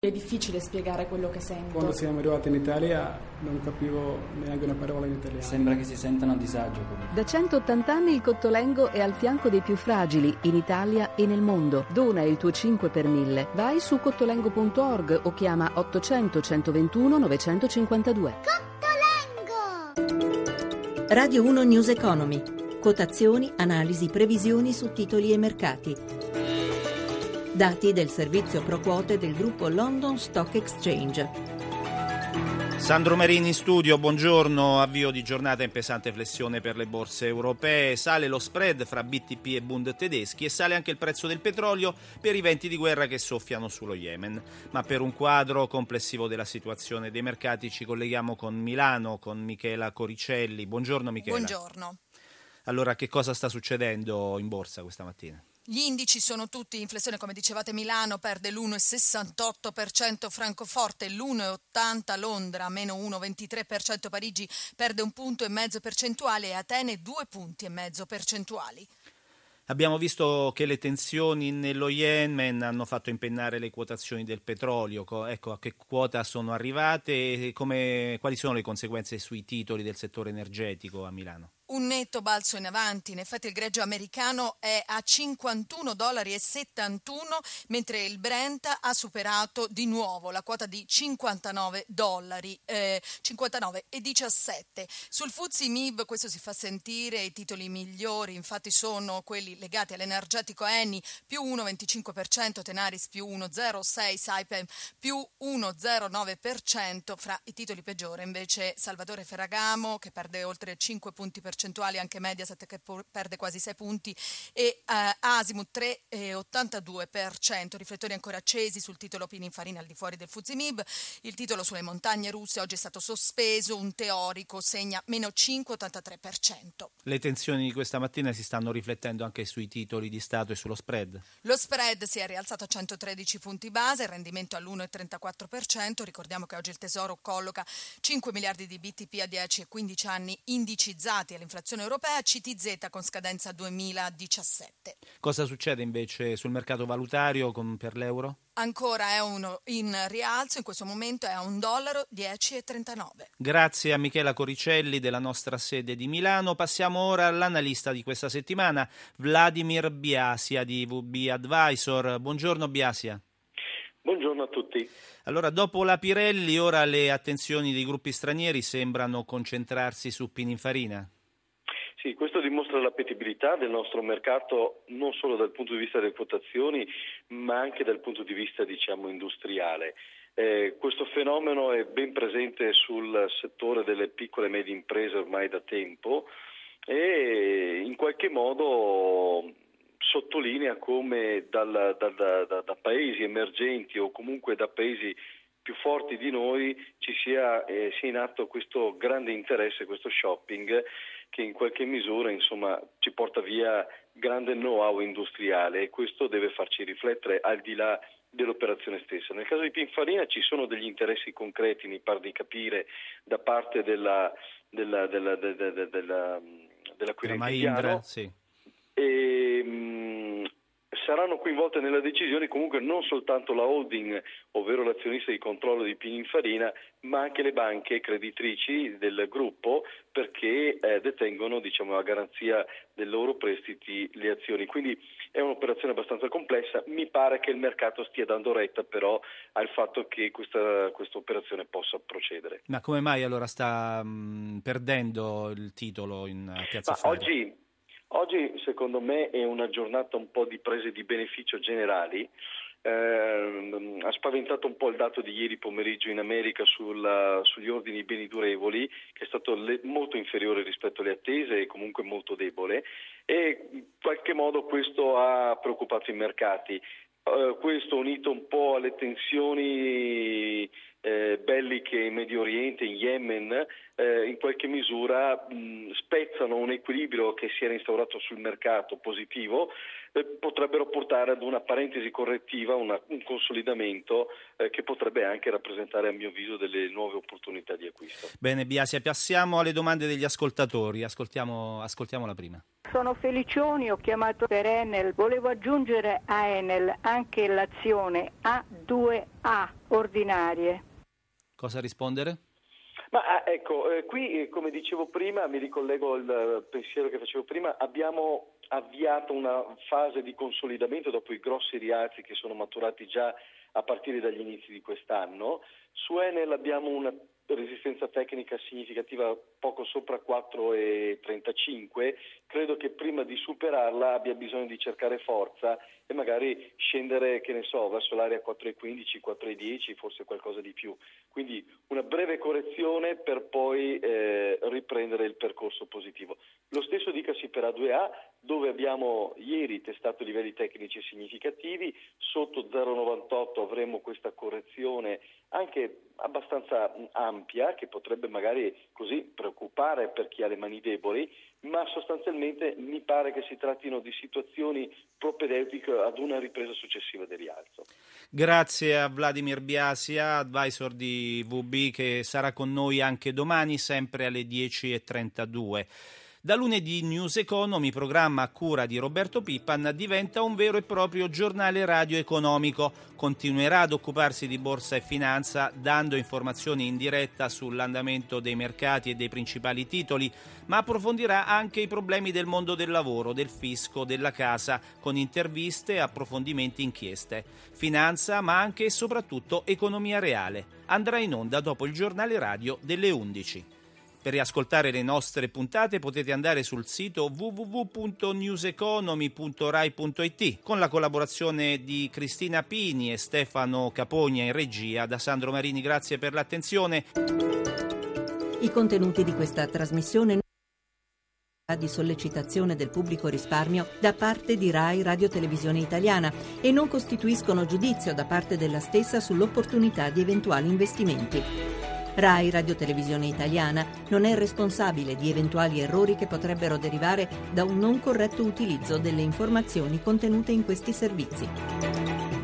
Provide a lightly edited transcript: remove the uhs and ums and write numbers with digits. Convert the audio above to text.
È difficile spiegare quello che sento. Quando siamo arrivati in Italia non capivo neanche una parola in italiano. Sembra che si sentano a disagio. Da 180 anni il Cottolengo è al fianco dei più fragili in Italia e nel mondo. Dona il tuo 5 per 1000. Vai su cottolengo.org o chiama 800 121 952. Cottolengo! Radio 1 News Economy. Quotazioni, analisi, previsioni su titoli e mercati. Dati del servizio pro quote del gruppo London Stock Exchange. Sandro Marini in studio, buongiorno. Avvio di giornata in pesante flessione per le borse europee. Sale lo spread fra BTP e Bund tedeschi e sale anche il prezzo del petrolio per i venti di guerra che soffiano sullo Yemen. Ma per un quadro complessivo della situazione dei mercati ci colleghiamo con Milano, con Michela Coricelli. Buongiorno Michela. Buongiorno. Allora, che cosa sta succedendo in borsa questa mattina? Gli indici sono tutti in flessione, come dicevate. Milano perde l'1,68%, Francoforte l'1,80%, Londra meno 1,23%, Parigi perde 1,5 punti percentuali e Atene 2,5 punti percentuali. Abbiamo visto che le tensioni nello Yemen hanno fatto impennare le quotazioni del petrolio. Ecco, a che quota sono arrivate e quali sono le conseguenze sui titoli del settore energetico a Milano? Un netto balzo in avanti, in effetti il greggio americano è a $51,71, mentre il Brent ha superato di nuovo la quota di $59, 59,17. Sul FTSE MIB questo si fa sentire, i titoli migliori infatti sono quelli legati all'energetico Eni più 1,25%, Tenaris più 1,06%, Saipem più 1,09%, fra i titoli peggiori invece Salvatore Ferragamo che perde oltre 5 punti percentuali, anche Mediaset che perde quasi 6 punti e Asimut 3,82%. Riflettori ancora accesi sul titolo Pininfarina al di fuori del FTSE MIB. Il titolo sulle montagne russe oggi è stato sospeso, un teorico segna meno 5,83%. Le tensioni di questa mattina si stanno riflettendo anche sui titoli di Stato e sullo spread? Lo spread si è rialzato a 113 punti base, il rendimento all'1,34%. Ricordiamo che oggi il Tesoro colloca 5 miliardi di BTP a 10 e 15 anni indicizzati all'inflazione europea, CTZ con scadenza 2017. Cosa succede invece sul mercato valutario per l'euro? Ancora è uno in rialzo, in questo momento è a $1,10,39. Grazie a Michela Coricelli della nostra sede di Milano. Passiamo ora all'analista di questa settimana, Vladimir Biasia di VB Advisor. Buongiorno Biasia. Buongiorno a tutti. Allora, dopo la Pirelli, ora le attenzioni dei gruppi stranieri sembrano concentrarsi su Pininfarina. Sì, questo dimostra l'appetibilità del nostro mercato non solo dal punto di vista delle quotazioni, ma anche dal punto di vista, industriale. Questo fenomeno è ben presente sul settore delle piccole e medie imprese ormai da tempo e in qualche modo sottolinea come da paesi emergenti o comunque da paesi più forti di noi ci sia in atto questo grande interesse, questo shopping che in qualche misura ci porta via grande know-how industriale e questo deve farci riflettere al di là dell'operazione stessa. Nel caso di Pininfarina ci sono degli interessi concreti, mi pare di capire, da parte dell'acquirente indiano. Sì. Saranno coinvolte nella decisione comunque non soltanto la holding, ovvero l'azionista di controllo di Pininfarina, ma anche le banche creditrici del gruppo perché detengono a garanzia dei loro prestiti le azioni. Quindi è un'operazione abbastanza complessa, mi pare che il mercato stia dando retta però al fatto che questa operazione possa procedere. Ma come mai allora sta perdendo il titolo in Piazza Affari? Oggi secondo me è una giornata un po' di prese di beneficio generali. Ha spaventato un po' il dato di ieri pomeriggio in America sugli ordini beni durevoli, che è stato molto inferiore rispetto alle attese e comunque molto debole, e in qualche modo questo ha preoccupato i mercati. Questo unito un po' alle tensioni belliche in Medio Oriente, in Yemen, in qualche misura spezzano un equilibrio che si era instaurato sul mercato positivo potrebbero portare ad una parentesi correttiva, un consolidamento che potrebbe anche rappresentare, a mio avviso, delle nuove opportunità di acquisto. Bene, Biasia, passiamo alle domande degli ascoltatori. Ascoltiamo la prima. Sono Felicioni, ho chiamato per Enel, volevo aggiungere a Enel anche l'azione A2A ordinarie. Cosa rispondere? Ma ecco, qui come dicevo prima, mi ricollego al pensiero che facevo prima, abbiamo avviato una fase di consolidamento dopo i grossi rialzi che sono maturati già a partire dagli inizi di quest'anno. Su Enel abbiamo una resistenza tecnica significativa poco sopra 4,35, credo che prima di superarla abbia bisogno di cercare forza e magari scendere, verso l'area 4,15, 4,10, forse qualcosa di più. Quindi una breve correzione per poi riprendere il percorso positivo. Lo stesso dicasi per A2A, dove abbiamo ieri testato livelli tecnici significativi, sotto 0,98 avremo questa correzione anche abbastanza ampia, che potrebbe magari così preoccupare per chi ha le mani deboli, ma sostanzialmente mi pare che si trattino di situazioni propedeutiche ad una ripresa successiva del rialzo. Grazie a Vladimir Biasia, advisor di VB, che sarà con noi anche domani, sempre alle 10:32. Da lunedì News Economy, programma a cura di Roberto Pippan, diventa un vero e proprio giornale radio economico. Continuerà ad occuparsi di borsa e finanza, dando informazioni in diretta sull'andamento dei mercati e dei principali titoli, ma approfondirà anche i problemi del mondo del lavoro, del fisco, della casa, con interviste, approfondimenti, inchieste. Finanza, ma anche e soprattutto economia reale. Andrà in onda dopo il giornale radio delle 11. Per riascoltare le nostre puntate potete andare sul sito www.newseconomy.rai.it con la collaborazione di Cristina Pini e Stefano Capogna in regia. Da Sandro Marini, grazie per l'attenzione. I contenuti di questa trasmissione di sollecitazione del pubblico risparmio da parte di Rai Radio Televisione Italiana e non costituiscono giudizio da parte della stessa sull'opportunità di eventuali investimenti. Rai Radio Televisione Italiana non è responsabile di eventuali errori che potrebbero derivare da un non corretto utilizzo delle informazioni contenute in questi servizi.